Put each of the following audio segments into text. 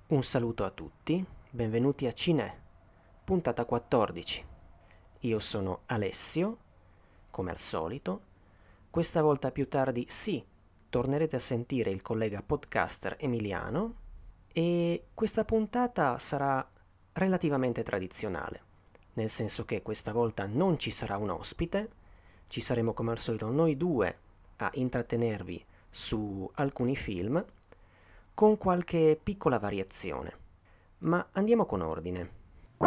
Un saluto a tutti, benvenuti a Cinè, puntata 14. Io sono Alessio, come al solito. Questa volta più tardi sì, tornerete a sentire il collega podcaster Emiliano e questa puntata sarà relativamente tradizionale, nel senso che questa volta non ci sarà un ospite, ci saremo come al solito noi due a intrattenervi su alcuni film con qualche piccola variazione. Ma andiamo con ordine.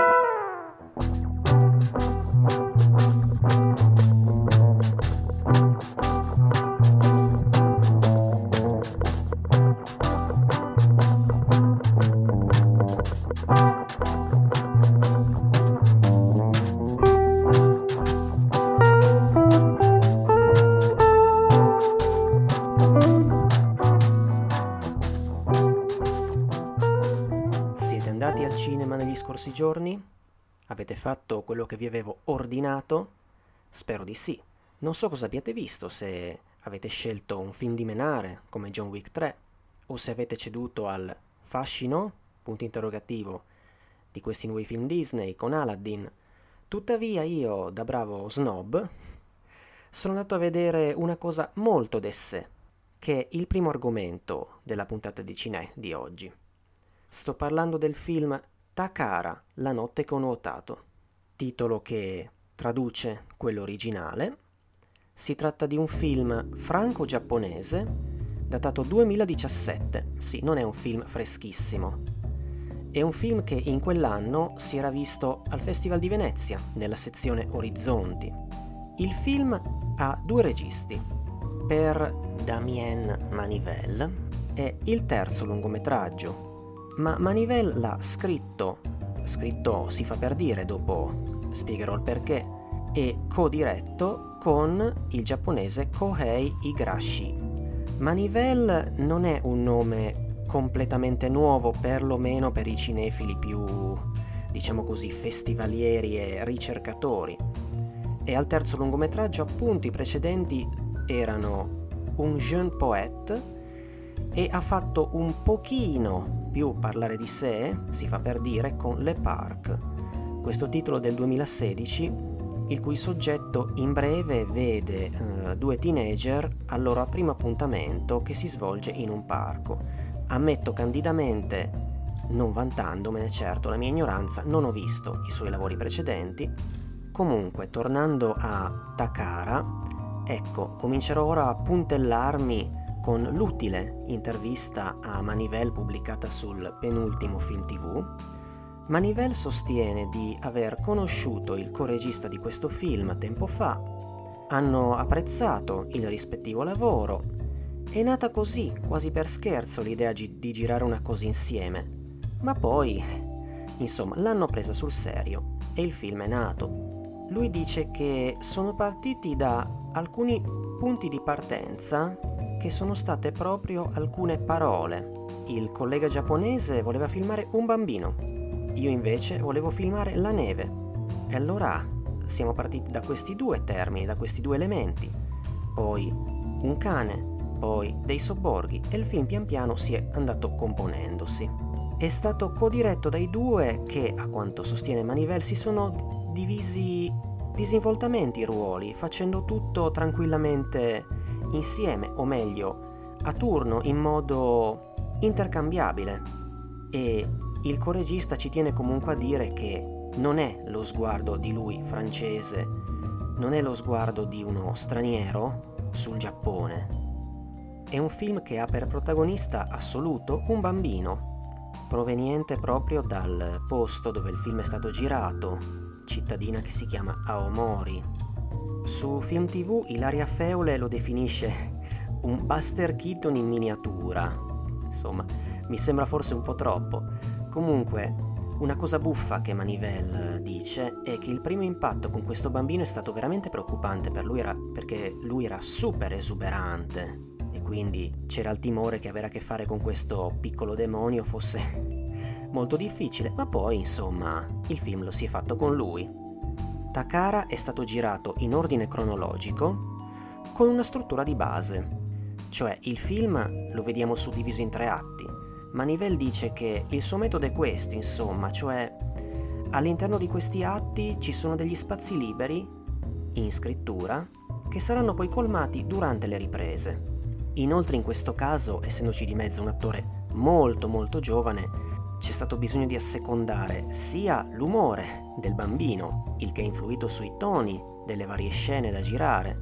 Siete andati al cinema negli scorsi giorni? Avete fatto quello che vi avevo ordinato? Spero di sì. Non so cosa abbiate visto, se avete scelto un film di menare come John Wick 3 o se avete ceduto al fascino, punto interrogativo, di questi nuovi film Disney con Aladdin. Tuttavia io, da bravo snob, sono andato a vedere una cosa molto d'essè, che è il primo argomento della puntata di Cinè di oggi. Sto parlando del film Takara, la notte che ho nuotato, titolo che traduce quello originale. Si tratta di un film franco-giapponese datato 2017. Sì, non è un film freschissimo. È un film che in quell'anno si era visto al Festival di Venezia, nella sezione Orizzonti. Il film ha due registi, per Damien Manivelle, è il terzo lungometraggio, ma Manivelle l'ha scritto si fa per dire, dopo spiegherò il perché, e co-diretto con il giapponese Kohei Igarashi. Manivelle non è un nome completamente nuovo, perlomeno per i cinefili più, diciamo così, festivalieri e ricercatori. E al terzo lungometraggio, appunto, i precedenti erano Un jeune poète, e ha fatto un pochino più parlare di sé, si fa per dire, con Le Parc, questo titolo del 2016, il cui soggetto in breve vede due teenager al loro primo appuntamento che si svolge in un parco. Ammetto candidamente, non vantandomene certo, la mia ignoranza, non ho visto i suoi lavori precedenti. Comunque, tornando a Takara, ecco, comincerò ora a puntellarmi con l'utile intervista a Manivelle pubblicata sul penultimo Film TV. Manivelle sostiene di aver conosciuto il coregista di questo film tempo fa, hanno apprezzato il rispettivo lavoro, è nata così, quasi per scherzo, l'idea di girare una cosa insieme, ma poi, insomma, l'hanno presa sul serio e il film è nato. Lui dice che sono partiti da alcuni punti di partenza che sono state proprio alcune parole. Il collega giapponese voleva filmare un bambino, io invece volevo filmare la neve. E allora siamo partiti da questi due termini, da questi due elementi. Poi un cane, poi dei sobborghi, e il film pian piano si è andato componendosi. È stato co-diretto dai due che, a quanto sostiene Manivelle, si sono divisi disinvoltamente i ruoli, facendo tutto tranquillamente insieme, o meglio, a turno, in modo intercambiabile. E il coregista ci tiene comunque a dire che non è lo sguardo di lui francese, non è lo sguardo di uno straniero sul Giappone. È un film che ha per protagonista assoluto un bambino, proveniente proprio dal posto dove il film è stato girato, cittadina che si chiama Aomori. Su Film TV Ilaria Feule lo definisce un Buster Keaton in miniatura. Insomma, mi sembra forse un po' troppo. Comunque, una cosa buffa che Manivelle dice è che il primo impatto con questo bambino è stato veramente preoccupante per lui, perché lui era super esuberante e quindi c'era il timore che avere a che fare con questo piccolo demonio fosse molto difficile, ma poi, insomma, il film lo si è fatto con lui. Takara è stato girato in ordine cronologico con una struttura di base, cioè il film lo vediamo suddiviso in 3 atti, Manivel dice che il suo metodo è questo, insomma, cioè all'interno di questi atti ci sono degli spazi liberi, in scrittura, che saranno poi colmati durante le riprese. Inoltre in questo caso, essendoci di mezzo un attore molto molto giovane, c'è stato bisogno di assecondare sia l'umore del bambino, il che ha influito sui toni delle varie scene da girare,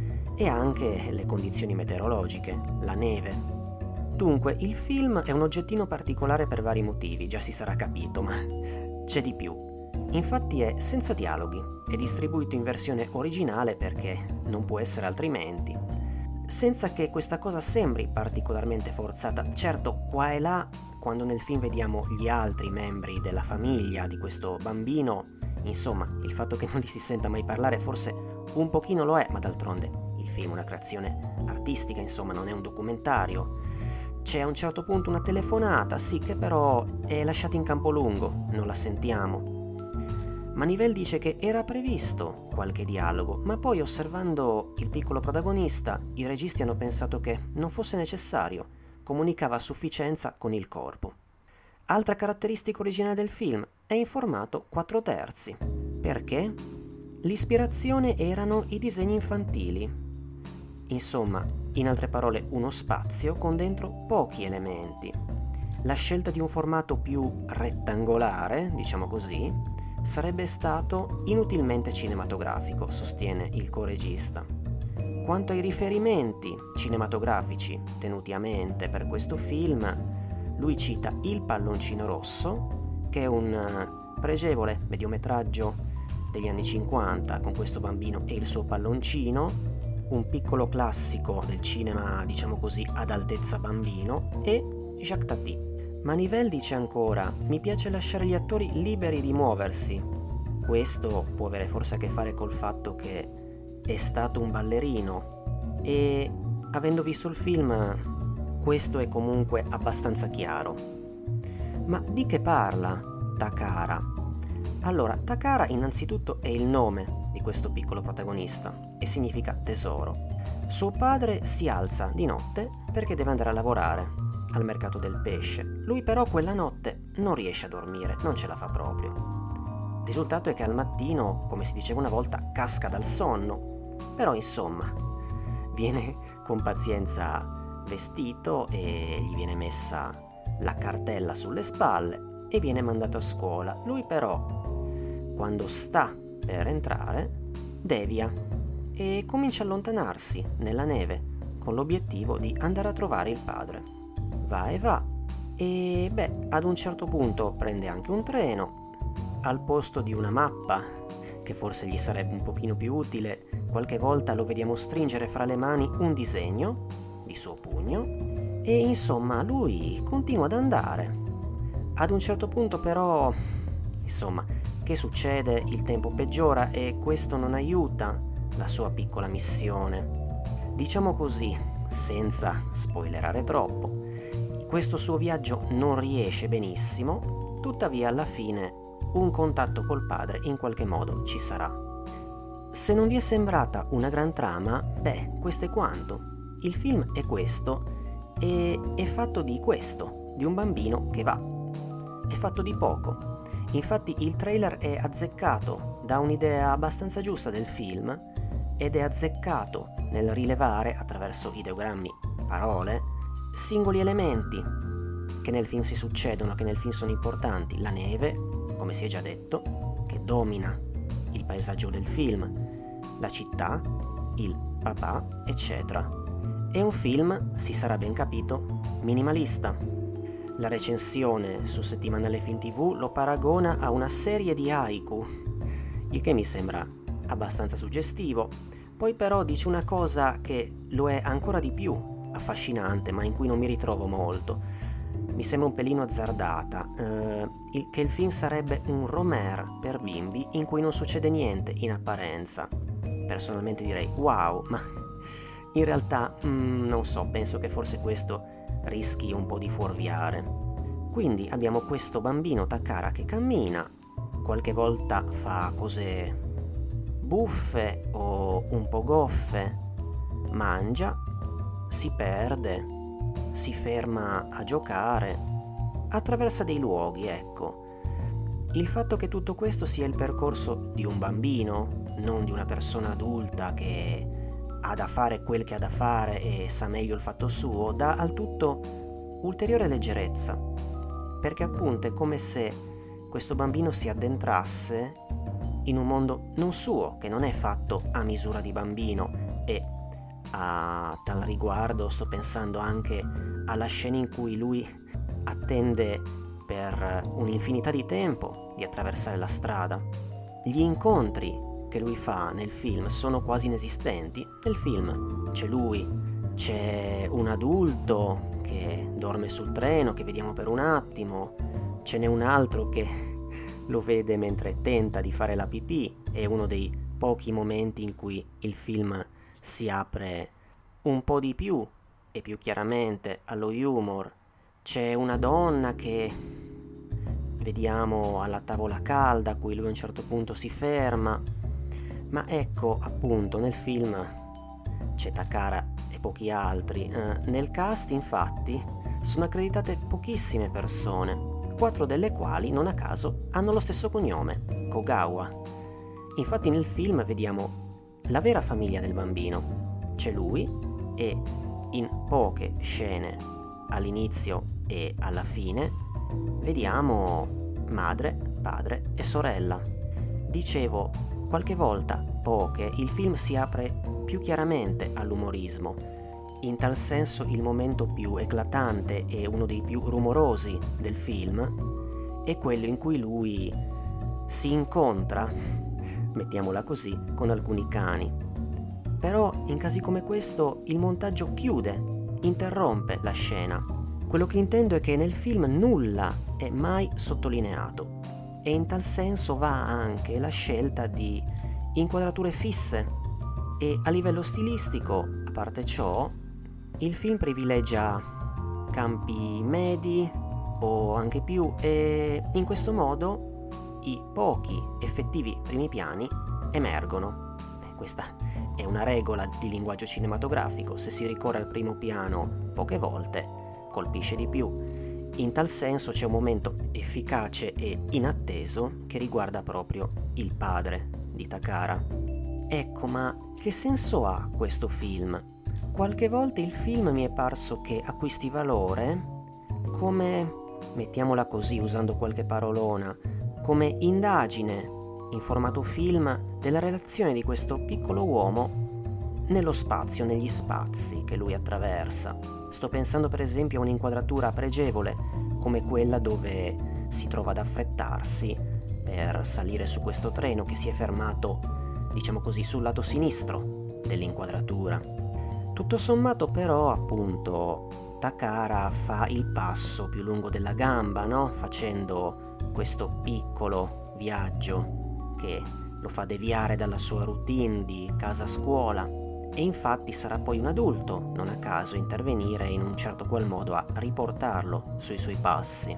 e anche le condizioni meteorologiche, la neve. Dunque, il film è un oggettino particolare per vari motivi, già si sarà capito, ma c'è di più. Infatti è senza dialoghi, è distribuito in versione originale perché non può essere altrimenti, senza che questa cosa sembri particolarmente forzata. Certo, qua e là, quando nel film vediamo gli altri membri della famiglia di questo bambino, insomma, il fatto che non li si senta mai parlare forse un pochino lo è, ma d'altronde il film è una creazione artistica, insomma, non è un documentario. C'è a un certo punto una telefonata, sì, che però è lasciata in campo lungo, non la sentiamo. Manivel dice che era previsto qualche dialogo, ma poi osservando il piccolo protagonista, i registi hanno pensato che non fosse necessario, comunicava a sufficienza con il corpo. Altra caratteristica originale del film, è in formato 4/3. Perché? L'ispirazione erano i disegni infantili. Insomma, in altre parole, uno spazio con dentro pochi elementi. La scelta di un formato più rettangolare, diciamo così, sarebbe stato inutilmente cinematografico, sostiene il co-regista. Quanto ai riferimenti cinematografici tenuti a mente per questo film, lui cita Il palloncino rosso, che è un pregevole mediometraggio degli anni 50 con questo bambino e il suo palloncino, un piccolo classico del cinema, diciamo così, ad altezza bambino, e Jacques Tati. Manivel dice ancora: mi piace lasciare gli attori liberi di muoversi. Questo può avere forse a che fare col fatto che è stato un ballerino e, avendo visto il film, questo è comunque abbastanza chiaro. Ma di che parla Takara? Allora, Takara innanzitutto è il nome di questo piccolo protagonista e significa tesoro. Suo padre si alza di notte perché deve andare a lavorare al mercato del pesce. Lui però quella notte non riesce a dormire, non ce la fa proprio. Il risultato è che al mattino, come si diceva una volta, casca dal sonno. Però insomma, viene con pazienza vestito e gli viene messa la cartella sulle spalle e viene mandato a scuola. Lui però, quando sta per entrare, devia e comincia a allontanarsi nella neve con l'obiettivo di andare a trovare il padre. Va e va e ad un certo punto prende anche un treno. Al posto di una mappa, che forse gli sarebbe un pochino più utile, qualche volta lo vediamo stringere fra le mani un disegno di suo pugno e insomma lui continua ad andare. Ad un certo punto però, insomma, che succede? Il tempo peggiora e questo non aiuta la sua piccola missione. Diciamo così, senza spoilerare troppo, questo suo viaggio non riesce benissimo, tuttavia alla fine un contatto col padre in qualche modo ci sarà. Se non vi è sembrata una gran trama, questo è quanto. Il film è questo e è fatto di questo, di un bambino che va. È fatto di poco. Infatti il trailer è azzeccato, dà un'idea abbastanza giusta del film ed è azzeccato nel rilevare attraverso ideogrammi, parole, singoli elementi che nel film si succedono, che nel film sono importanti. La neve, come si è già detto, che domina il paesaggio del film, la città, il papà, eccetera. È un film, si sarà ben capito, minimalista. La recensione su Settimanale Film TV lo paragona a una serie di haiku, il che mi sembra abbastanza suggestivo. Poi però dice una cosa che lo è ancora di più affascinante, ma in cui non mi ritrovo molto. Mi sembra un pelino azzardata, che il film sarebbe un Romer per bimbi in cui non succede niente in apparenza. Personalmente direi wow, ma in realtà non so, penso che forse questo rischi un po' di fuorviare. Quindi abbiamo questo bambino Takara che cammina, qualche volta fa cose buffe o un po' goffe, mangia, si perde, si ferma a giocare, attraversa dei luoghi, ecco. Il fatto che tutto questo sia il percorso di un bambino, non di una persona adulta che ha da fare quel che ha da fare e sa meglio il fatto suo, dà al tutto ulteriore leggerezza, perché appunto è come se questo bambino si addentrasse in un mondo non suo, che non è fatto a misura di bambino. E a tal riguardo sto pensando anche alla scena in cui lui attende per un'infinità di tempo di attraversare la strada. Gli incontri che lui fa nel film sono quasi inesistenti. Nel film c'è lui, c'è un adulto che dorme sul treno, che vediamo per un attimo, ce n'è un altro che lo vede mentre tenta di fare la pipì. È uno dei pochi momenti in cui il film si apre un po' di più e più chiaramente allo humor. C'è una donna che vediamo alla tavola calda, a cui lui a un certo punto si ferma. Ma ecco, appunto, nel film c'è Takara e pochi altri. Nel cast, infatti, sono accreditate pochissime persone, 4 delle quali, non a caso, hanno lo stesso cognome, Kogawa. Infatti nel film vediamo la vera famiglia del bambino. C'è lui e in poche scene, all'inizio e alla fine, vediamo madre, padre e sorella. Dicevo, qualche volta, poche, il film si apre più chiaramente all'umorismo. In tal senso il momento più eclatante e uno dei più rumorosi del film è quello in cui lui si incontra, mettiamola così, con alcuni cani. Però in casi come questo il montaggio chiude, interrompe la scena. Quello che intendo è che nel film nulla è mai sottolineato e in tal senso va anche la scelta di inquadrature fisse e a livello stilistico, a parte ciò, il film privilegia campi medi o anche più e in questo modo i pochi effettivi primi piani emergono. Questa è una regola di linguaggio cinematografico: se si ricorre al primo piano poche volte colpisce di più. In tal senso c'è un momento efficace e inatteso che riguarda proprio il padre di Takara. Ecco, ma che senso ha questo film? Qualche volta il film mi è parso che acquisti valore come, mettiamola così usando qualche parolona, come indagine in formato film della relazione di questo piccolo uomo nello spazio, negli spazi che lui attraversa. Sto pensando per esempio a un'inquadratura pregevole come quella dove si trova ad affrettarsi per salire su questo treno che si è fermato, diciamo così, sul lato sinistro dell'inquadratura. Tutto sommato però, appunto, Takara fa il passo più lungo della gamba, no? Facendo questo piccolo viaggio che lo fa deviare dalla sua routine di casa-scuola. E infatti sarà poi un adulto, non a caso, a intervenire in un certo qual modo a riportarlo sui suoi passi.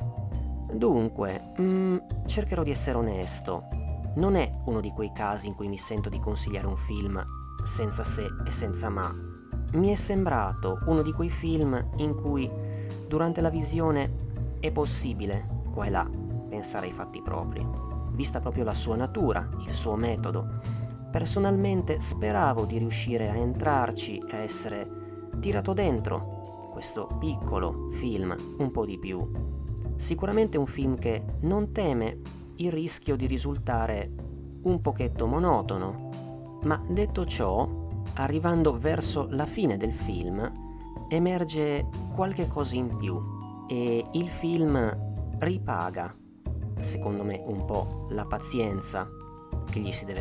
Dunque, cercherò di essere onesto. Non è uno di quei casi in cui mi sento di consigliare un film senza se e senza ma. Mi è sembrato uno di quei film in cui durante la visione è possibile, qua e là, pensare ai fatti propri, vista proprio la sua natura, il suo metodo. Personalmente speravo di riuscire a entrarci e a essere tirato dentro questo piccolo film un po' di più. Sicuramente un film che non teme il rischio di risultare un pochetto monotono, ma detto ciò, arrivando verso la fine del film, emerge qualche cosa in più e il film ripaga, secondo me, un po' la pazienza che gli si deve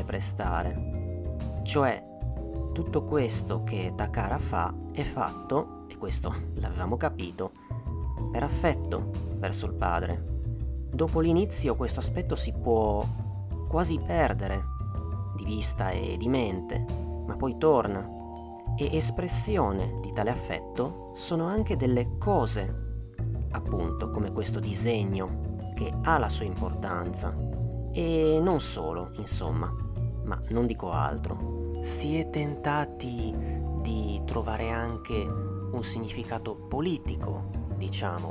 prestare. Cioè, tutto questo che Takara fa è fatto, e questo l'avevamo capito, per affetto verso il padre. Dopo l'inizio questo aspetto si può quasi perdere di vista e di mente, ma poi torna, e espressione di tale affetto sono anche delle cose, appunto come questo disegno che ha la sua importanza. E non solo, insomma, ma non dico altro. Si è tentati di trovare anche un significato politico, diciamo,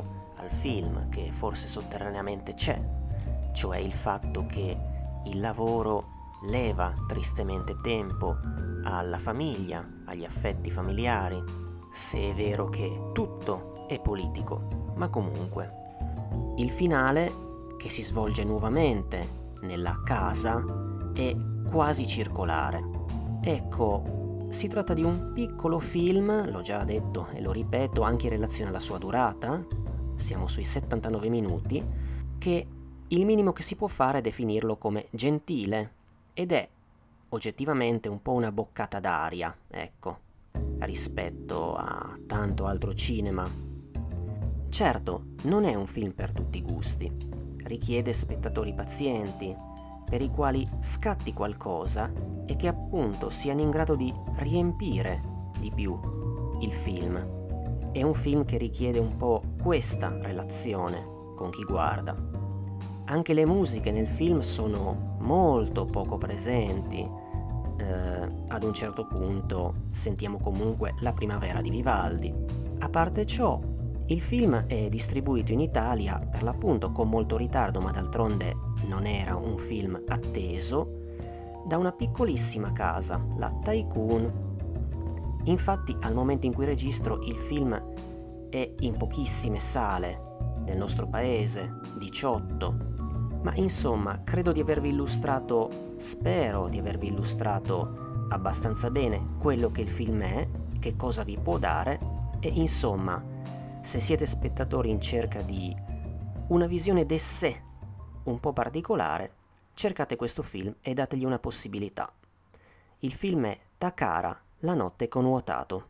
al film, che forse sotterraneamente c'è, cioè il fatto che il lavoro leva tristemente tempo alla famiglia, agli affetti familiari, se è vero che tutto è politico, ma comunque. Il finale, che si svolge nuovamente nella casa, è quasi circolare. Ecco, si tratta di un piccolo film, l'ho già detto e lo ripeto anche in relazione alla sua durata, siamo sui 79 minuti, che il minimo che si può fare è definirlo come gentile, ed è oggettivamente un po' una boccata d'aria, ecco, rispetto a tanto altro cinema. Certo, non è un film per tutti i gusti, richiede spettatori pazienti, per i quali scatti qualcosa e che appunto siano in grado di riempire di più il film. È un film che richiede un po' questa relazione con chi guarda. Anche le musiche nel film sono molto poco presenti. Ad un certo punto sentiamo comunque La primavera di Vivaldi. A parte ciò, il film è distribuito in Italia per l'appunto con molto ritardo, ma d'altronde non era un film atteso, da una piccolissima casa, la Tycoon. Infatti al momento in cui registro il film è in pochissime sale nel nostro paese, 18, ma insomma credo di avervi illustrato, spero di avervi illustrato abbastanza bene quello che il film è, che cosa vi può dare e insomma, se siete spettatori in cerca di una visione d'essè un po' particolare, cercate questo film e dategli una possibilità. Il film è Takara, la notte con nuotato.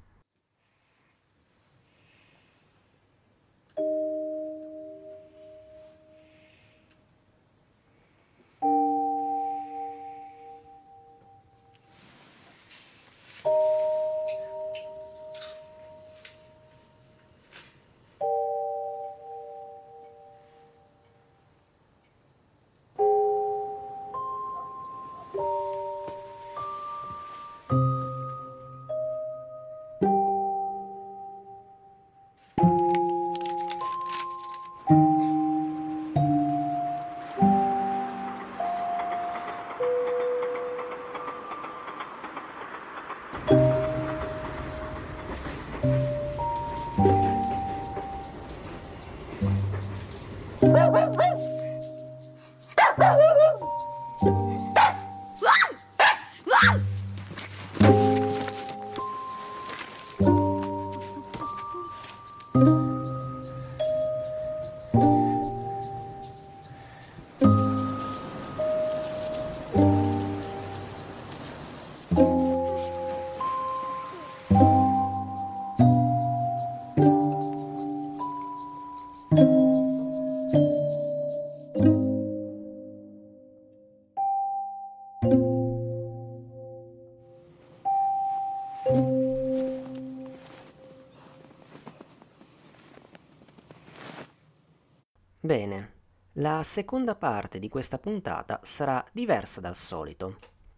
Bene, la seconda parte di questa puntata sarà diversa dal solito.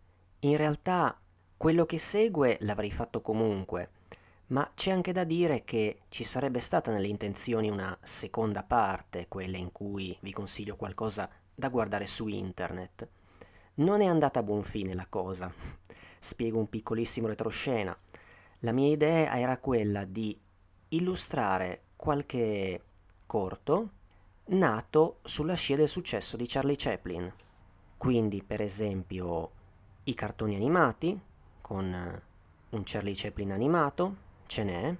In realtà quello che segue l'avrei fatto comunque, ma c'è anche da dire che ci sarebbe stata nelle intenzioni una seconda parte, quella in cui vi consiglio qualcosa da guardare su internet. Non è andata a buon fine la cosa. Spiego un piccolissimo retroscena. La mia idea era quella di illustrare qualche corto nato sulla scia del successo di Charlie Chaplin. Quindi, per esempio, i cartoni animati, con un Charlie Chaplin animato, ce n'è,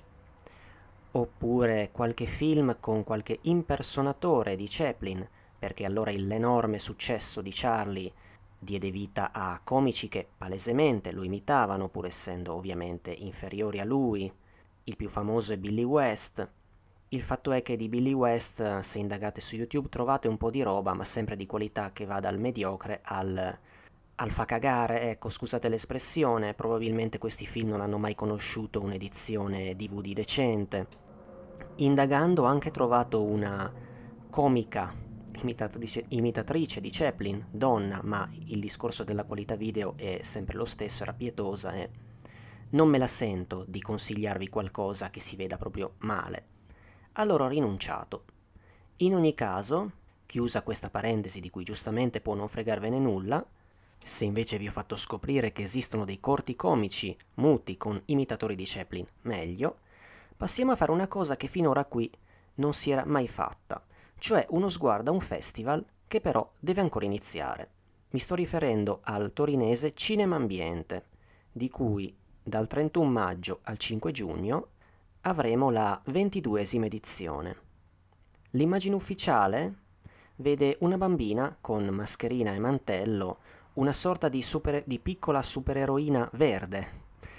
oppure qualche film con qualche impersonatore di Chaplin, perché allora l'enorme successo di Charlie diede vita a comici che palesemente lo imitavano, pur essendo ovviamente inferiori a lui. Il più famoso è Billy West. Il fatto è che di Billy West, se indagate su YouTube, trovate un po' di roba, ma sempre di qualità che va dal mediocre al fa cagare, ecco, scusate l'espressione, probabilmente questi film non hanno mai conosciuto un'edizione DVD decente. Indagando ho anche trovato una comica imitatrice di Chaplin, donna, ma il discorso della qualità video è sempre lo stesso, era pietosa e non me la sento di consigliarvi qualcosa che si veda proprio male. Allora ho rinunciato. In ogni caso, chiusa questa parentesi di cui giustamente può non fregarvene nulla, se invece vi ho fatto scoprire che esistono dei corti comici muti con imitatori di Chaplin, meglio, passiamo a fare una cosa che finora qui non si era mai fatta, cioè uno sguardo a un festival che però deve ancora iniziare. Mi sto riferendo al torinese Cinema Ambiente, di cui dal 31 maggio al 5 giugno avremo la 22esima edizione. L'immagine ufficiale vede una bambina con mascherina e mantello, una sorta di piccola supereroina verde.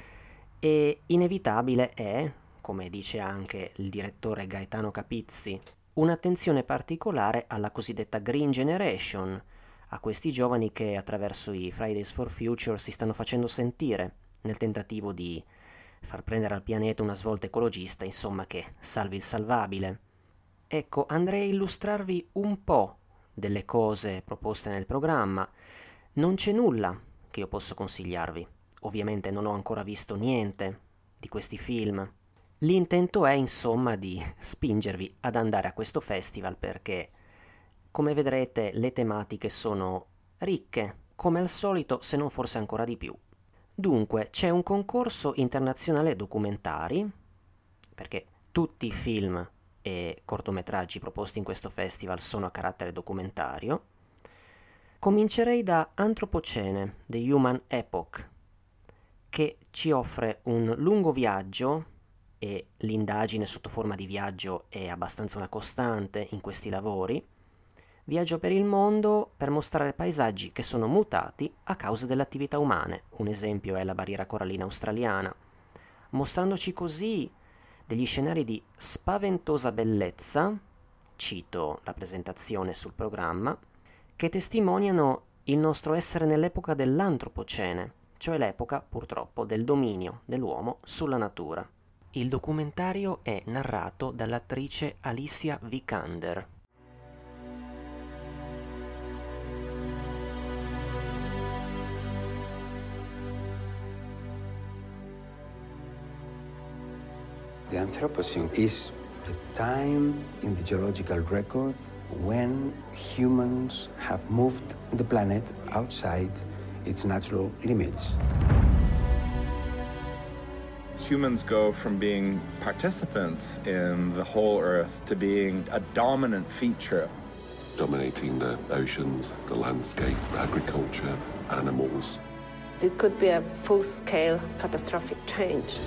E inevitabile è, come dice anche il direttore Gaetano Capizzi, un'attenzione particolare alla cosiddetta Green Generation, a questi giovani che attraverso i Fridays for Future si stanno facendo sentire nel tentativo di far prendere al pianeta una svolta ecologista, insomma, che salvi il salvabile. Ecco, andrei a illustrarvi un po' delle cose proposte nel programma. Non c'è nulla che io posso consigliarvi. Ovviamente non ho ancora visto niente di questi film. L'intento è, insomma, di spingervi ad andare a questo festival perché, come vedrete, le tematiche sono ricche, come al solito, se non forse ancora di più. Dunque, c'è un concorso internazionale documentari, perché tutti i film e cortometraggi proposti in questo festival sono a carattere documentario. Comincerei da Antropocene, The Human Epoch, che ci offre un lungo viaggio, e l'indagine sotto forma di viaggio è abbastanza una costante in questi lavori, viaggio per il mondo per mostrare paesaggi che sono mutati a causa delle attività umane. Un esempio è la barriera corallina australiana, mostrandoci così degli scenari di spaventosa bellezza, cito la presentazione sul programma, che testimoniano il nostro essere nell'epoca dell'Antropocene, cioè l'epoca, purtroppo, del dominio dell'uomo sulla natura. Il documentario è narrato dall'attrice Alicia Vikander. The Anthropocene is the time in the geological record when humans have moved the planet outside its natural limits. Humans go from being participants in the whole Earth to being a dominant feature. Dominating the oceans, the landscape, agriculture, animals. It could be a full-scale catastrophic change.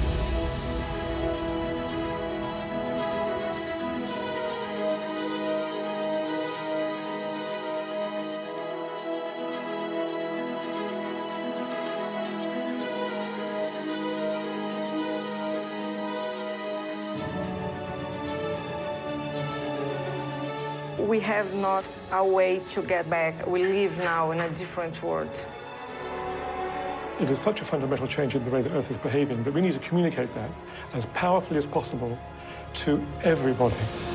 We have not a way to get back. We live now in a different world. It is such a fundamental change in the way the Earth is behaving that we need to communicate that as powerfully as possible to everybody.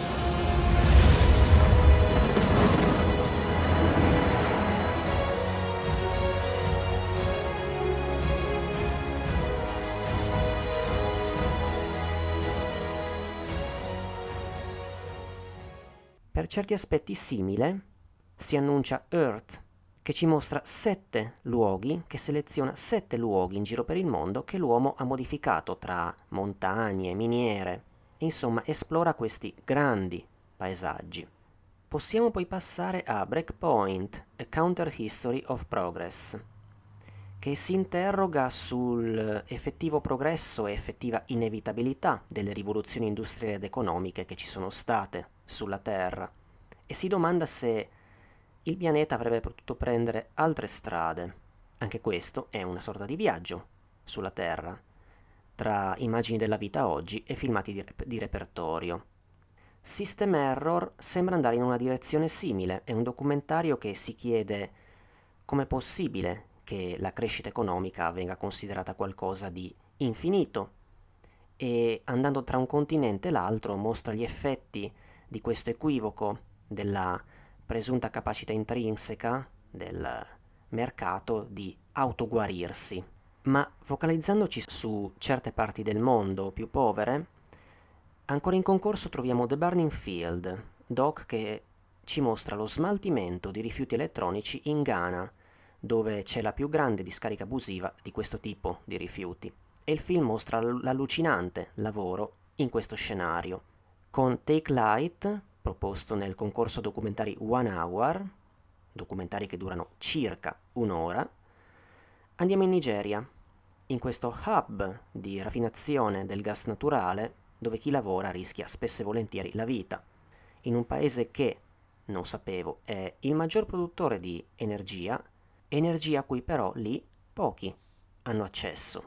Per certi aspetti simile si annuncia Earth, che ci mostra 7 luoghi, che seleziona 7 luoghi in giro per il mondo che l'uomo ha modificato tra montagne, miniere, e insomma esplora questi grandi paesaggi. Possiamo poi passare a Breakpoint, A Counter History of Progress, che si interroga sul effettivo progresso e effettiva inevitabilità delle rivoluzioni industriali ed economiche che ci sono state sulla Terra e si domanda se il pianeta avrebbe potuto prendere altre strade. Anche questo è una sorta di viaggio sulla Terra, tra immagini della vita oggi e filmati di repertorio. System Error sembra andare in una direzione simile, è un documentario che si chiede com'è possibile che la crescita economica venga considerata qualcosa di infinito e andando tra un continente e l'altro mostra gli effetti di questo equivoco della presunta capacità intrinseca del mercato di autoguarirsi. Ma focalizzandoci su certe parti del mondo più povere, ancora in concorso troviamo The Burning Field, doc che ci mostra lo smaltimento di rifiuti elettronici in Ghana, dove c'è la più grande discarica abusiva di questo tipo di rifiuti. E il film mostra l'allucinante lavoro in questo scenario. Con Take Light, proposto nel concorso documentari One Hour, documentari che durano circa un'ora, andiamo in Nigeria, in questo hub di raffinazione del gas naturale, dove chi lavora rischia spesso e volentieri la vita, in un paese che, non sapevo, è il maggior produttore di energia a cui però lì pochi hanno accesso.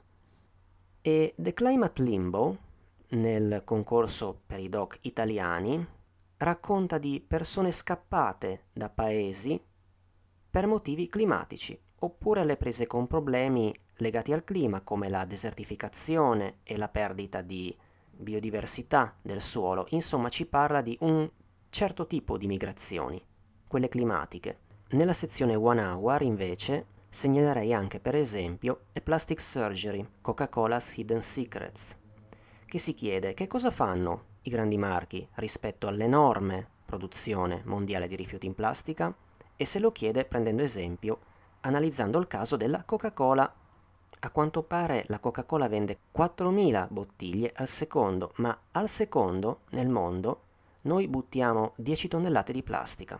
E The Climate Limbo, nel concorso per i doc italiani, racconta di persone scappate da paesi per motivi climatici, oppure alle prese con problemi legati al clima, come la desertificazione e la perdita di biodiversità del suolo. Insomma, ci parla di un certo tipo di migrazioni, quelle climatiche. Nella sezione One Hour, invece, segnalerei anche, per esempio, A Plastic Surgery, Coca-Cola's Hidden Secrets, che si chiede che cosa fanno i grandi marchi rispetto all'enorme produzione mondiale di rifiuti in plastica, e se lo chiede prendendo esempio, analizzando il caso della Coca-Cola. A quanto pare la Coca-Cola vende 4.000 bottiglie al secondo, ma al secondo nel mondo noi buttiamo 10 tonnellate di plastica.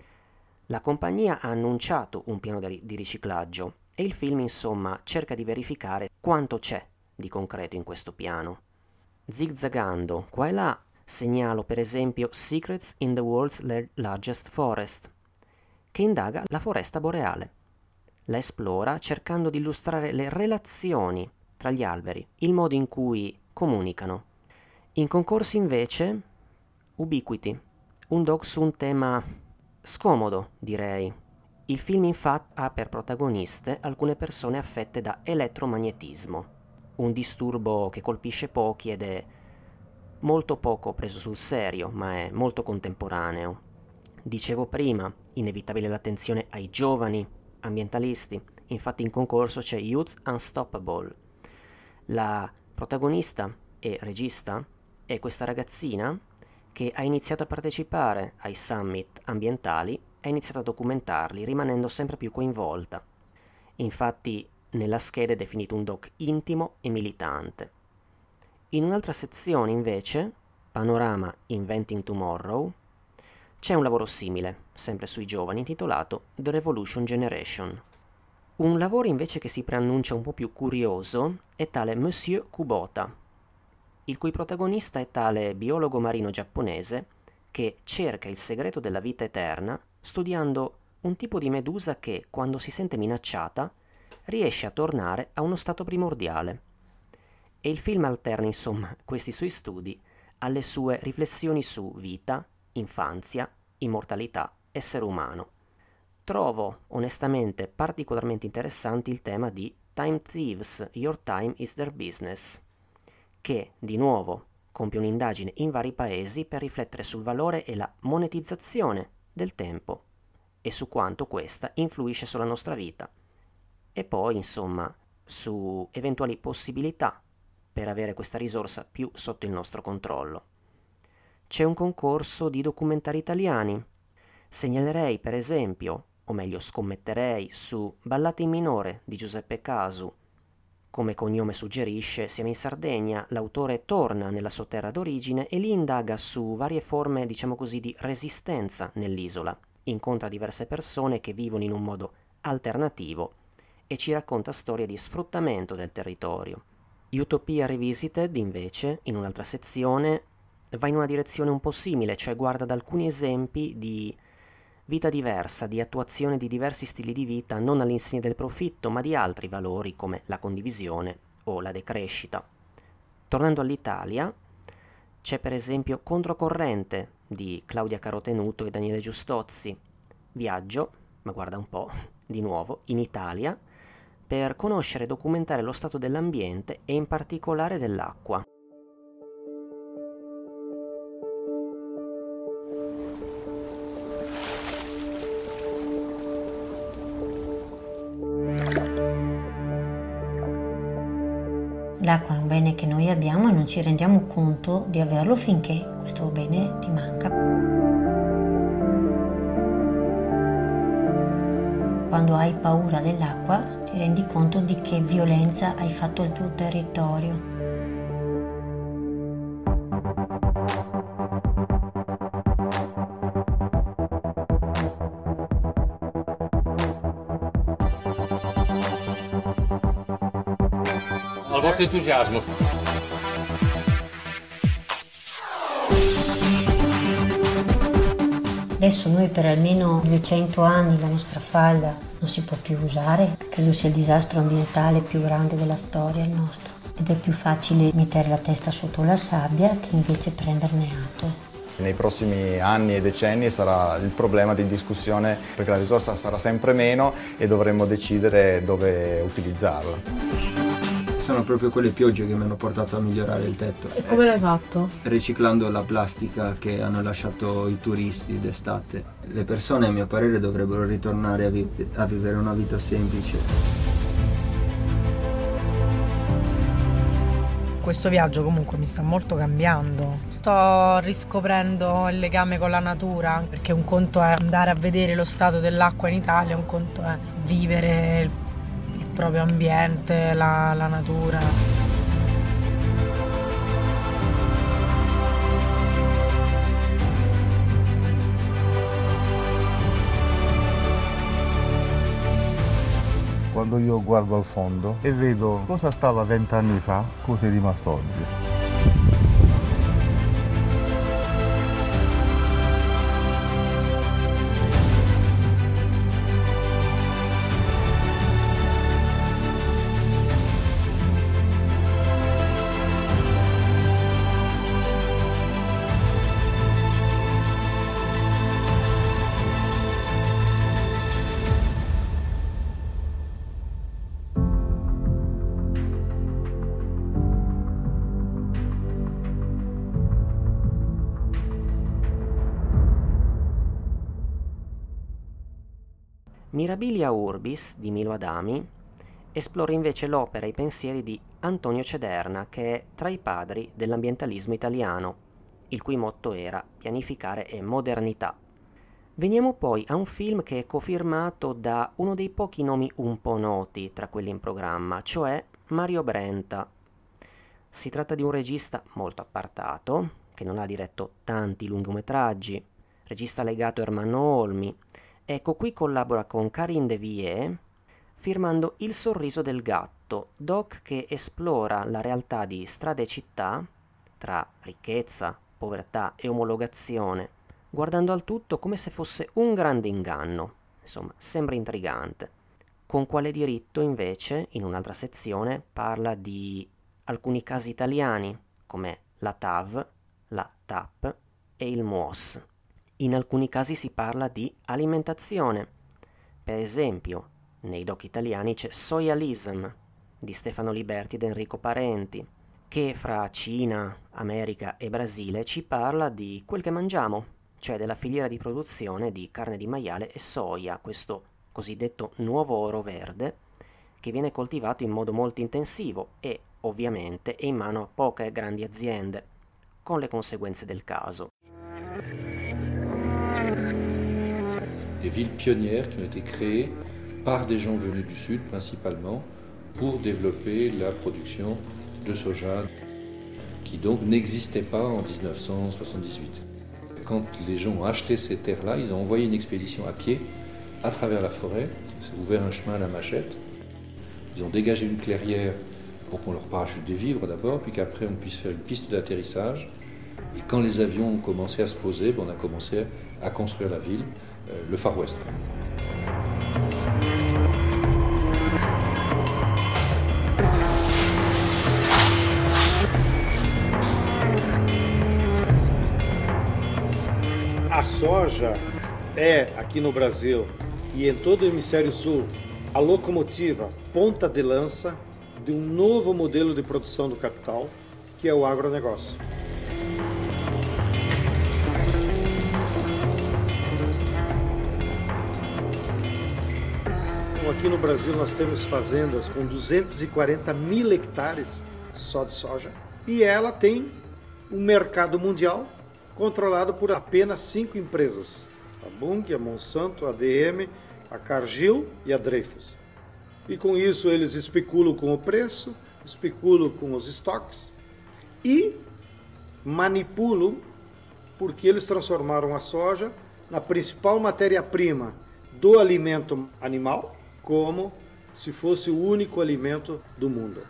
La compagnia ha annunciato un piano di riciclaggio e il film, insomma, cerca di verificare quanto c'è di concreto in questo piano. Zigzagando qua e là, segnalo per esempio Secrets in the World's Largest Forest, che indaga la foresta boreale. La esplora cercando di illustrare le relazioni tra gli alberi, il modo in cui comunicano. In concorso invece Ubiquity, un doc su un tema scomodo, direi. Il film infatti ha per protagoniste alcune persone affette da elettromagnetismo, un disturbo che colpisce pochi ed è molto poco preso sul serio, ma è molto contemporaneo. Dicevo prima, inevitabile l'attenzione ai giovani ambientalisti, infatti in concorso c'è Youth Unstoppable. La protagonista e regista è questa ragazzina che ha iniziato a partecipare ai summit ambientali e ha iniziato a documentarli, rimanendo sempre più coinvolta. Infatti nella scheda è definito un doc intimo e militante. In un'altra sezione invece, Panorama Inventing Tomorrow, c'è un lavoro simile, sempre sui giovani, intitolato The Revolution Generation. Un lavoro invece che si preannuncia un po' più curioso è tale Monsieur Kubota, il cui protagonista è tale biologo marino giapponese che cerca il segreto della vita eterna studiando un tipo di medusa che, quando si sente minacciata, riesce a tornare a uno stato primordiale. E il film alterna, insomma, questi suoi studi alle sue riflessioni su vita, infanzia, immortalità, essere umano. Trovo onestamente particolarmente interessante il tema di Time Thieves, Your Time is Their Business, che di nuovo compie un'indagine in vari paesi per riflettere sul valore e la monetizzazione del tempo e su quanto questa influisce sulla nostra vita, e poi insomma su eventuali possibilità per avere questa risorsa più sotto il nostro controllo. C'è un concorso di documentari italiani. Segnalerei per esempio, o meglio scommetterei, su Ballate in minore di Giuseppe Casu. Come cognome suggerisce, siamo in Sardegna, l'autore torna nella sua terra d'origine e lì indaga su varie forme, diciamo così, di resistenza nell'isola. Incontra diverse persone che vivono in un modo alternativo e ci racconta storie di sfruttamento del territorio. Utopia Revisited, invece, in un'altra sezione, va in una direzione un po' simile, cioè guarda ad alcuni esempi di vita diversa, di attuazione di diversi stili di vita, non all'insegna del profitto, ma di altri valori come la condivisione o la decrescita. Tornando all'Italia, c'è per esempio Controcorrente di Claudia Carotenuto e Daniele Giustozzi. Viaggio, ma guarda un po', di nuovo, in Italia, per conoscere e documentare lo stato dell'ambiente e in particolare dell'acqua. L'acqua è un bene che noi abbiamo e non ci rendiamo conto di averlo finché questo bene ti manca. Quando hai paura dell'acqua ti rendi conto di che violenza hai fatto al tuo territorio. Al vostro entusiasmo. Adesso noi per almeno 200 anni la nostra falda non si può più usare. Credo sia il disastro ambientale più grande della storia il nostro. Ed è più facile mettere la testa sotto la sabbia che invece prenderne atto. Nei prossimi anni e decenni sarà il problema di discussione perché la risorsa sarà sempre meno e dovremo decidere dove utilizzarla. Sono proprio quelle piogge che mi hanno portato a migliorare il tetto. E come l'hai fatto? Riciclando la plastica che hanno lasciato i turisti d'estate. Le persone, a mio parere, dovrebbero ritornare a vivere una vita semplice. Questo viaggio comunque mi sta molto cambiando. Sto riscoprendo il legame con la natura, perché un conto è andare a vedere lo stato dell'acqua in Italia, un conto è vivere il proprio ambiente, la natura. Quando io guardo al fondo e vedo cosa stava 20 anni fa, cosa è rimasto oggi. Mirabilia Urbis di Milo Adami esplora invece l'opera e i pensieri di Antonio Cederna, che è tra i padri dell'ambientalismo italiano, il cui motto era pianificare e modernità. Veniamo poi a un film che è cofirmato da uno dei pochi nomi un po' noti tra quelli in programma, cioè Mario Brenta. Si tratta di un regista molto appartato, che non ha diretto tanti lungometraggi, regista legato a Ermanno Olmi. Ecco, qui collabora con Karine Devier, firmando Il sorriso del gatto, doc che esplora la realtà di strade e città, tra ricchezza, povertà e omologazione, guardando al tutto come se fosse un grande inganno. Insomma, sembra intrigante. Con quale diritto, invece, in un'altra sezione, parla di alcuni casi italiani, come la TAV, la TAP e il MUOS. In alcuni casi si parla di alimentazione. Per esempio, nei doc italiani c'è Soyalism di Stefano Liberti ed Enrico Parenti, che fra Cina, America e Brasile ci parla di quel che mangiamo, cioè della filiera di produzione di carne di maiale e soia, questo cosiddetto nuovo oro verde, che viene coltivato in modo molto intensivo e, ovviamente, è in mano a poche grandi aziende, con le conseguenze del caso. Des villes pionnières qui ont été créées par des gens venus du Sud principalement pour développer la production de soja qui donc n'existait pas en 1978. Quand les gens ont acheté ces terres-là, ils ont envoyé une expédition à pied à travers la forêt, ça a ouvert un chemin à la machette, ils ont dégagé une clairière pour qu'on leur parachute des vivres d'abord, puis qu'après on puisse faire une piste d'atterrissage. Et quand les avions ont commencé à se poser, on a commencé à construire la ville, le Far West. A soja é, aqui no Brasil e em todo o hemisfério sul, a locomotiva ponta de lança de um novo modelo de produção do capital, que é o agronegócio. Aqui no Brasil nós temos fazendas com 240 mil hectares só de soja e ela tem um mercado mundial controlado por apenas 5 empresas, a Bunge, a Monsanto, a ADM a Cargill e a Dreyfus. E com isso eles especulam com o preço, especulam com os estoques e manipulam, porque eles transformaram a soja na principal matéria-prima do alimento animal, como se fosse o único alimento do mundo.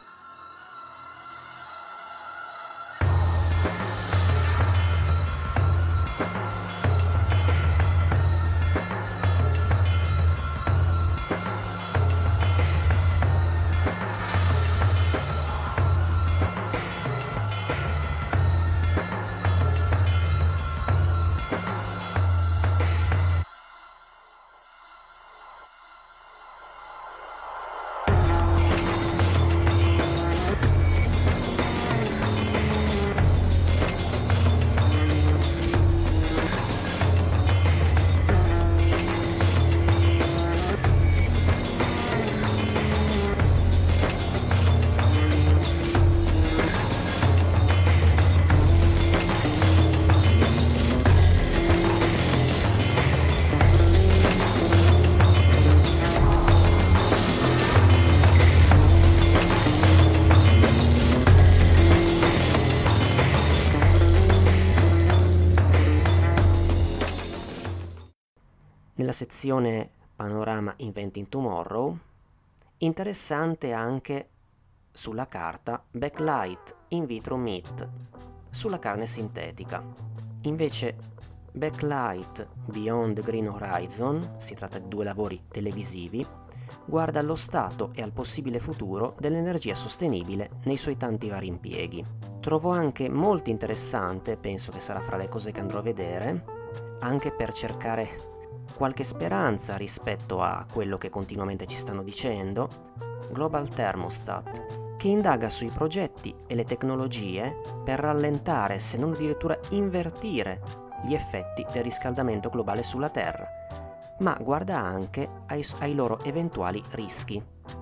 Nella sezione Panorama Inventing Tomorrow, interessante anche sulla carta Backlight in vitro meat, sulla carne sintetica. Invece Backlight Beyond the Green Horizon, si tratta di 2 lavori televisivi, guarda allo stato e al possibile futuro dell'energia sostenibile nei suoi tanti vari impieghi. Trovo anche molto interessante, penso che sarà fra le cose che andrò a vedere, anche per cercare qualche speranza rispetto a quello che continuamente ci stanno dicendo, Global Thermostat, che indaga sui progetti e le tecnologie per rallentare, se non addirittura invertire, gli effetti del riscaldamento globale sulla Terra, ma guarda anche ai loro eventuali rischi.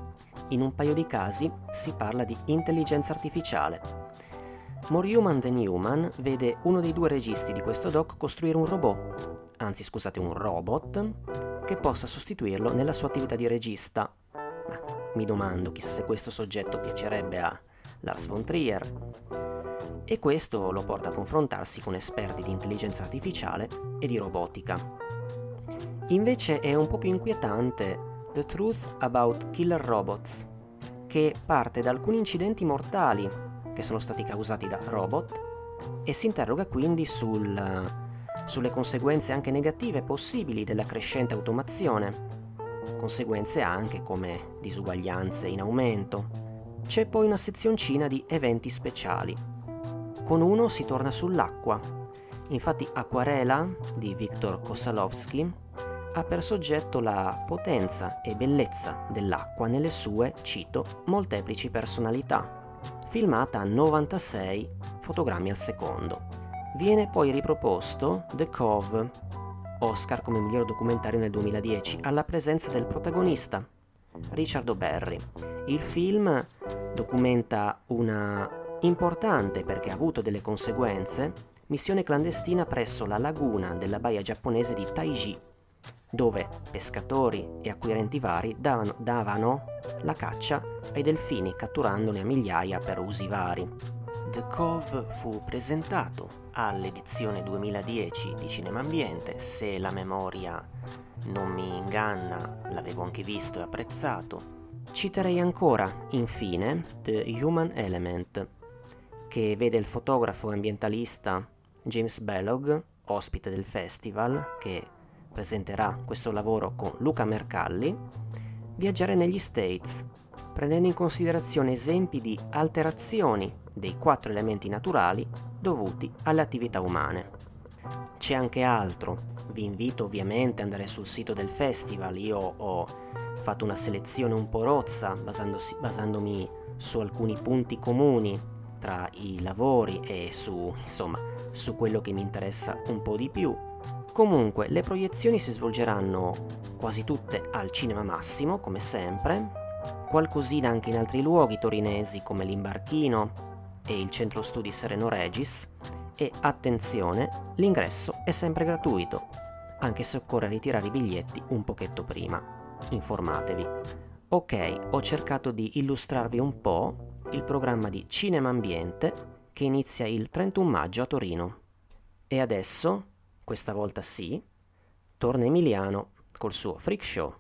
In un paio di casi si parla di intelligenza artificiale. More Human Than Human vede uno dei 2 registi di questo doc costruire un robot che possa sostituirlo nella sua attività di regista. Ma mi domando, chissà se questo soggetto piacerebbe a Lars von Trier. E questo lo porta a confrontarsi con esperti di intelligenza artificiale e di robotica. Invece è un po' più inquietante The Truth About Killer Robots, che parte da alcuni incidenti mortali che sono stati causati da robot e si interroga quindi sulle conseguenze anche negative possibili della crescente automazione, conseguenze anche come disuguaglianze in aumento. C'è poi una sezioncina di eventi speciali. Con uno si torna sull'acqua. Infatti Acquarela di Viktor Kosalovsky ha per soggetto la potenza e bellezza dell'acqua nelle sue, cito, molteplici personalità, filmata a 96 fotogrammi al secondo. Viene poi riproposto The Cove, Oscar come miglior documentario nel 2010, alla presenza del protagonista, Richard O'Berry. Il film documenta una importante, perché ha avuto delle conseguenze, missione clandestina presso la laguna della baia giapponese di Taiji, dove pescatori e acquirenti vari davano la caccia ai delfini, catturandone a migliaia per usi vari. The Cove fu presentato all'edizione 2010 di Cinema Ambiente, se la memoria non mi inganna l'avevo anche visto e apprezzato. Citerei ancora, infine, The Human Element, che vede il fotografo ambientalista James Bellog, ospite del festival, che presenterà questo lavoro con Luca Mercalli, viaggiare negli States, prendendo in considerazione esempi di alterazioni dei 4 elementi naturali dovuti alle attività umane. C'è anche altro, vi invito ovviamente ad andare sul sito del festival, io ho fatto una selezione un po' rozza basandomi su alcuni punti comuni tra i lavori e su quello che mi interessa un po' di più. Comunque le proiezioni si svolgeranno quasi tutte al Cinema Massimo, come sempre, qualcosina anche in altri luoghi torinesi come l'Imbarchino e il Centro Studi Sereno Regis, e attenzione, l'ingresso è sempre gratuito. anche se occorre ritirare i biglietti un pochetto prima. Informatevi. Ok, ho cercato di illustrarvi un po' il programma di Cinema Ambiente che inizia il 31 maggio a Torino. E adesso, questa volta sì, torna Emiliano col suo Freak Show.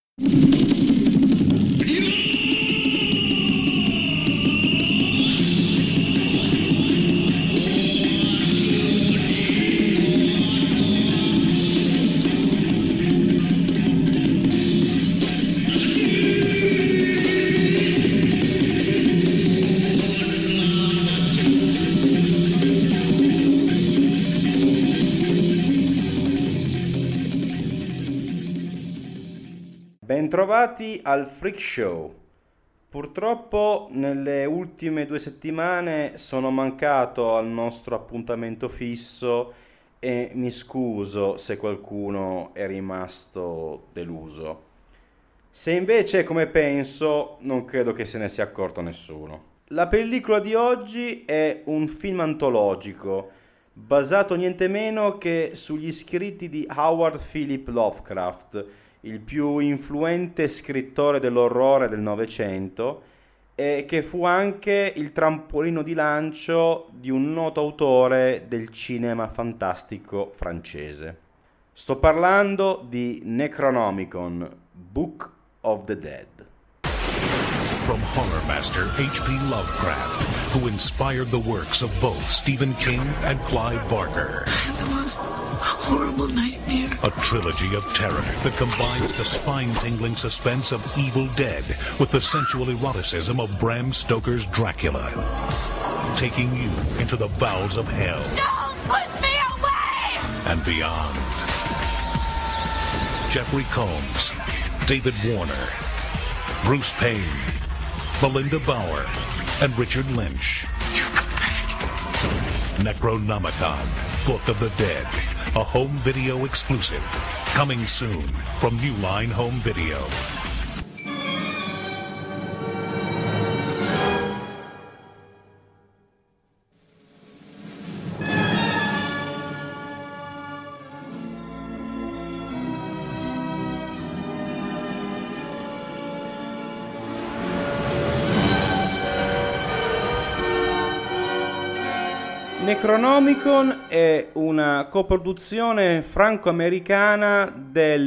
Bentrovati al Freak Show. Purtroppo nelle ultime 2 settimane sono mancato al nostro appuntamento fisso e mi scuso se qualcuno è rimasto deluso. Se invece è come penso, non credo che se ne sia accorto nessuno. La pellicola di oggi è un film antologico basato niente meno che sugli scritti di Howard Philip Lovecraft, il più influente scrittore dell'orrore del Novecento, e che fu anche il trampolino di lancio di un noto autore del cinema fantastico francese. Sto parlando di Necronomicon, Book of the Dead. From horror master H.P. Lovecraft, who inspired the works of both Stephen King and Clive Barker. The most horrible nightmare. A trilogy of terror that combines the spine-tingling suspense of Evil Dead with the sensual eroticism of Bram Stoker's Dracula, taking you into the bowels of hell. Don't push me away! And beyond. Jeffrey Combs, David Warner, Bruce Payne, Melinda Bauer, and Richard Lynch. Necronomicon, Book of the Dead, a home video exclusive. Coming soon from New Line Home Video. Necronomicon è una coproduzione franco-americana del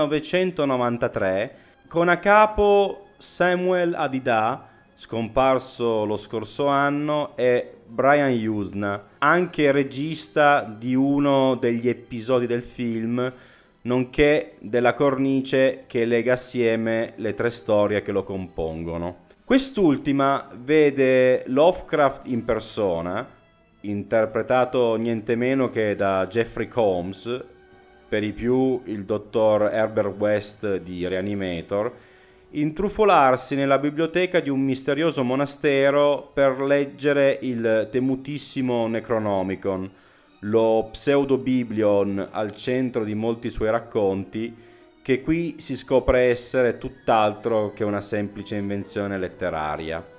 1993 con a capo Samuel Adida, scomparso lo scorso anno, e Brian Yuzna, anche regista di uno degli episodi del film, nonché della cornice che lega assieme le 3 storie che lo compongono. Quest'ultima vede Lovecraft in persona, interpretato niente meno che da Jeffrey Combs, per di più il dottor Herbert West di Reanimator, intrufolarsi nella biblioteca di un misterioso monastero per leggere il temutissimo Necronomicon, lo pseudo-biblion al centro di molti suoi racconti, che qui si scopre essere tutt'altro che una semplice invenzione letteraria.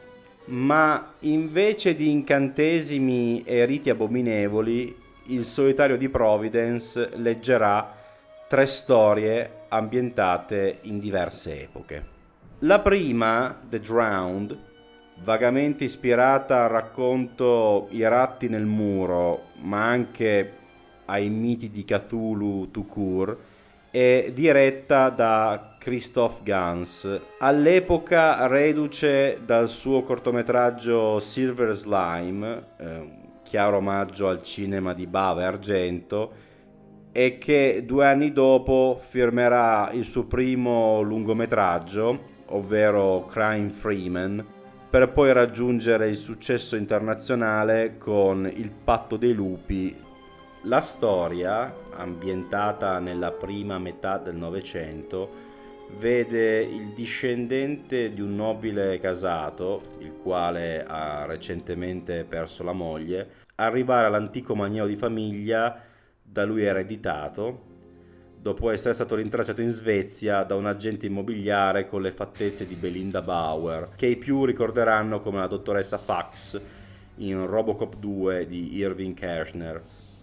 Ma invece di incantesimi e riti abominevoli, il solitario di Providence leggerà 3 storie ambientate in diverse epoche. La prima, The Drowned, vagamente ispirata al racconto I ratti nel muro, ma anche ai miti di Cthulhu tout court, è diretta da Christoph Gans, all'epoca reduce dal suo cortometraggio Silver Slime, chiaro omaggio al cinema di Bava e Argento, e che 2 anni dopo firmerà il suo primo lungometraggio, ovvero Crime Freeman, per poi raggiungere il successo internazionale con Il patto dei lupi. La storia, ambientata nella prima metà del Novecento, vede il discendente di un nobile casato, il quale ha recentemente perso la moglie, arrivare all'antico maniero di famiglia da lui ereditato, dopo essere stato rintracciato in Svezia da un agente immobiliare con le fattezze di Belinda Bauer, che i più ricorderanno come la dottoressa Fax in Robocop 2 di Irving Kershner.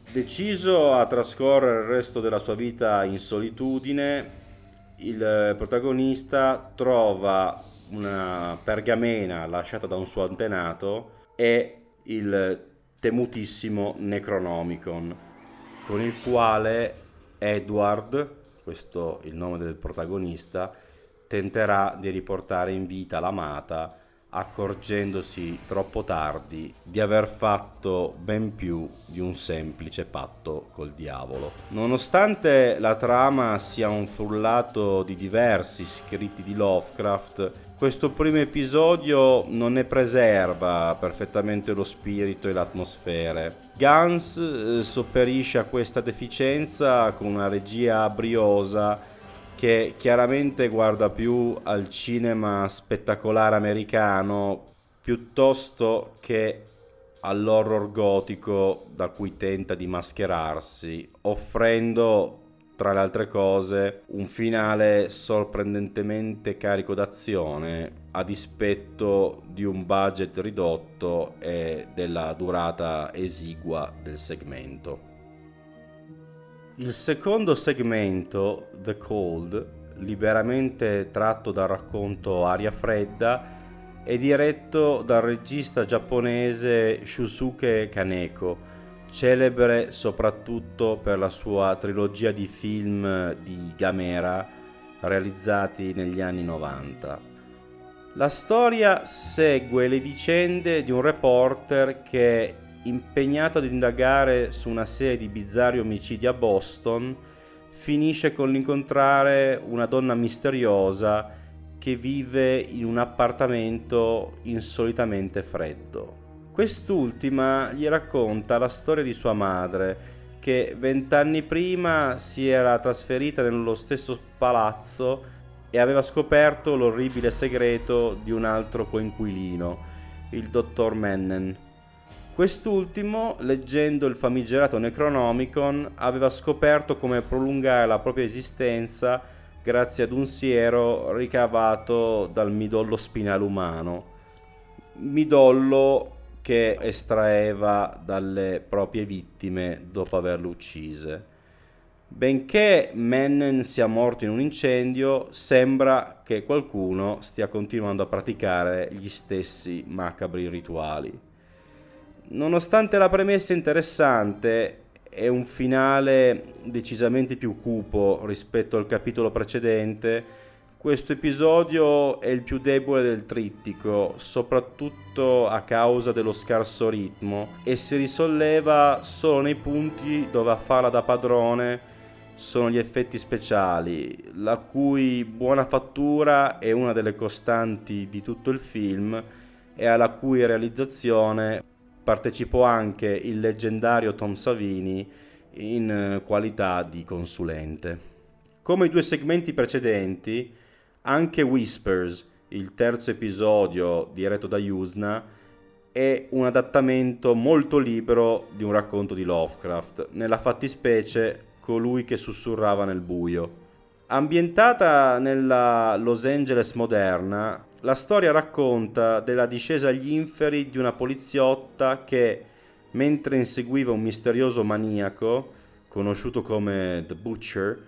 Deciso a trascorrere il resto della sua vita in solitudine, il protagonista trova una pergamena lasciata da un suo antenato e il temutissimo Necronomicon, con il quale Edward, questo è il nome del protagonista, tenterà di riportare in vita l'amata, accorgendosi troppo tardi di aver fatto ben più di un semplice patto col diavolo. Nonostante la trama sia un frullato di diversi scritti di Lovecraft, questo primo episodio non ne preserva perfettamente lo spirito e l'atmosfera. Gans sopperisce a questa deficienza con una regia briosa che chiaramente guarda più al cinema spettacolare americano piuttosto che all'horror gotico da cui tenta di mascherarsi, offrendo, tra le altre cose, un finale sorprendentemente carico d'azione a dispetto di un budget ridotto e della durata esigua del segmento. Il secondo segmento, The Cold, liberamente tratto dal racconto Aria Fredda, è diretto dal regista giapponese Shusuke Kaneko, celebre soprattutto per la sua trilogia di film di Gamera realizzati negli anni 90. La storia segue le vicende di un reporter che, impegnato ad indagare su una serie di bizzarri omicidi a Boston, finisce con l'incontrare una donna misteriosa che vive in un appartamento insolitamente freddo. Quest'ultima gli racconta la storia di sua madre, che 20 anni prima si era trasferita nello stesso palazzo e aveva scoperto l'orribile segreto di un altro coinquilino, il dottor Mennen. Quest'ultimo, leggendo il famigerato Necronomicon, aveva scoperto come prolungare la propria esistenza grazie ad un siero ricavato dal midollo spinale umano, midollo che estraeva dalle proprie vittime dopo averle uccise. Benché Mennen sia morto in un incendio, sembra che qualcuno stia continuando a praticare gli stessi macabri rituali. Nonostante la premessa interessante e un finale decisamente più cupo rispetto al capitolo precedente, questo episodio è il più debole del trittico, soprattutto a causa dello scarso ritmo, e si risolleva solo nei punti dove a farla da padrone sono gli effetti speciali, la cui buona fattura è una delle costanti di tutto il film e alla cui realizzazione partecipò anche il leggendario Tom Savini in qualità di consulente. Come i due segmenti precedenti, anche Whispers, il terzo episodio diretto da Yuzna, è un adattamento molto libero di un racconto di Lovecraft, nella fattispecie Colui che sussurrava nel buio. Ambientata nella Los Angeles moderna, la storia racconta della discesa agli inferi di una poliziotta che, mentre inseguiva un misterioso maniaco, conosciuto come The Butcher,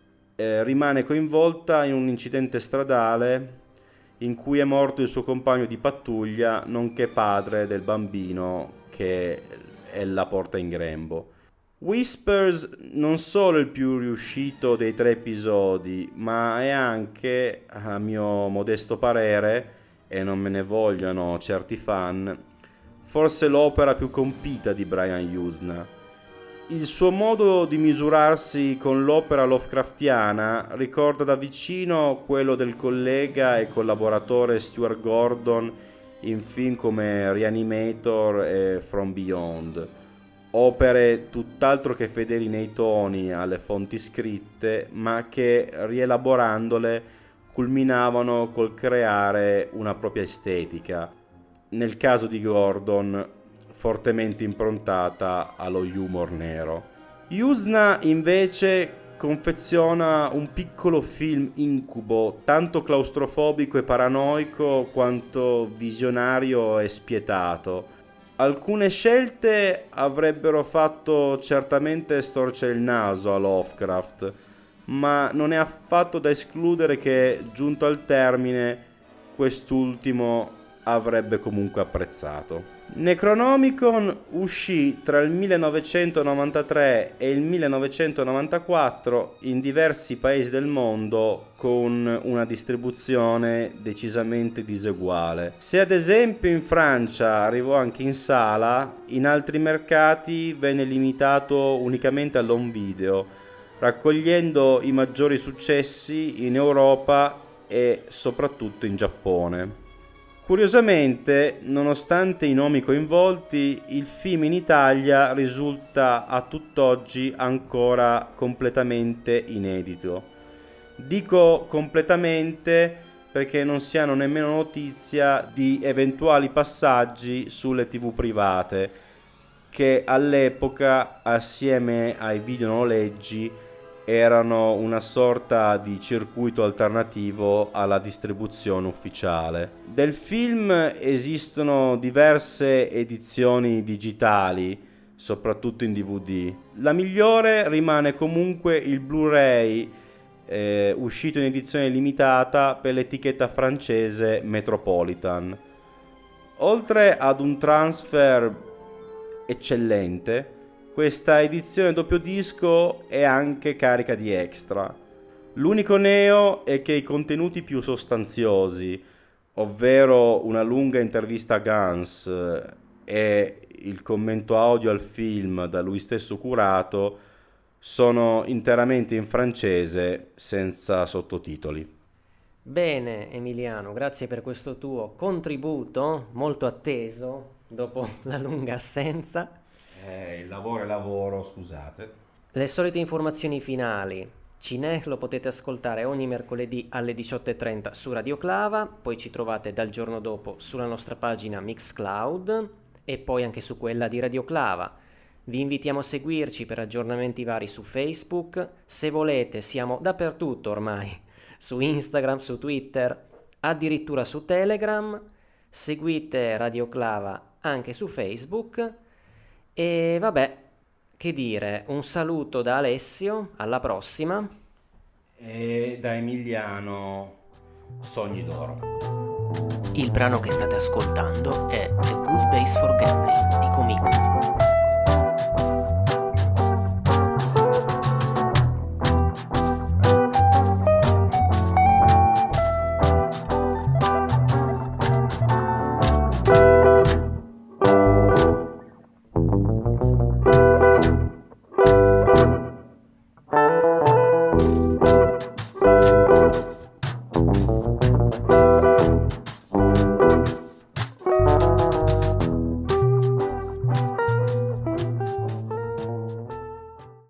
rimane coinvolta in un incidente stradale in cui è morto il suo compagno di pattuglia, nonché padre del bambino che ella porta in grembo. Whispers non solo il più riuscito dei 3 episodi, ma è anche, a mio modesto parere, e non me ne vogliono certi fan, forse l'opera più compita di Brian Yuzna. Il suo modo di misurarsi con l'opera Lovecraftiana ricorda da vicino quello del collega e collaboratore Stuart Gordon in film come Reanimator e From Beyond. Opere tutt'altro che fedeli nei toni alle fonti scritte, ma che, rielaborandole, culminavano col creare una propria estetica. Nel caso di Gordon, fortemente improntata allo humor nero. Yuzna, invece, confeziona un piccolo film incubo, tanto claustrofobico e paranoico quanto visionario e spietato. Alcune scelte avrebbero fatto certamente storcere il naso a Lovecraft, ma non è affatto da escludere che, giunto al termine, quest'ultimo avrebbe comunque apprezzato. Necronomicon uscì tra il 1993 e il 1994 in diversi paesi del mondo con una distribuzione decisamente diseguale. Se ad esempio in Francia arrivò anche in sala, in altri mercati venne limitato unicamente all'home video, raccogliendo i maggiori successi in Europa e soprattutto in Giappone. Curiosamente, nonostante i nomi coinvolti, il film in Italia risulta a tutt'oggi ancora completamente inedito. Dico completamente perché non si hanno nemmeno notizia di eventuali passaggi sulle TV private, che all'epoca, assieme ai videonoleggi, erano una sorta di circuito alternativo alla distribuzione ufficiale. Del film esistono diverse edizioni digitali, soprattutto in DVD. La migliore rimane comunque il Blu-ray, uscito in edizione limitata per l'etichetta francese Metropolitan. Oltre ad un transfer eccellente, questa edizione doppio disco è anche carica di extra. L'unico neo è che i contenuti più sostanziosi, ovvero una lunga intervista a Guns e il commento audio al film da lui stesso curato, sono interamente in francese senza sottotitoli. Bene Emiliano, grazie per questo tuo contributo molto atteso dopo la lunga assenza. Il lavoro è lavoro, scusate. Le solite informazioni finali. Cinè lo potete ascoltare ogni mercoledì alle 18:30 su Radio Clava, poi ci trovate dal giorno dopo sulla nostra pagina Mixcloud e poi anche su quella di Radio Clava. Vi invitiamo a seguirci per aggiornamenti vari su Facebook. Se volete siamo dappertutto ormai, su Instagram, su Twitter, addirittura su Telegram. Seguite Radio Clava anche su Facebook. E vabbè, che dire, un saluto da Alessio, alla prossima. E da Emiliano, Sogni d'oro. Il brano che state ascoltando è A Good Base for Gambling di Comico.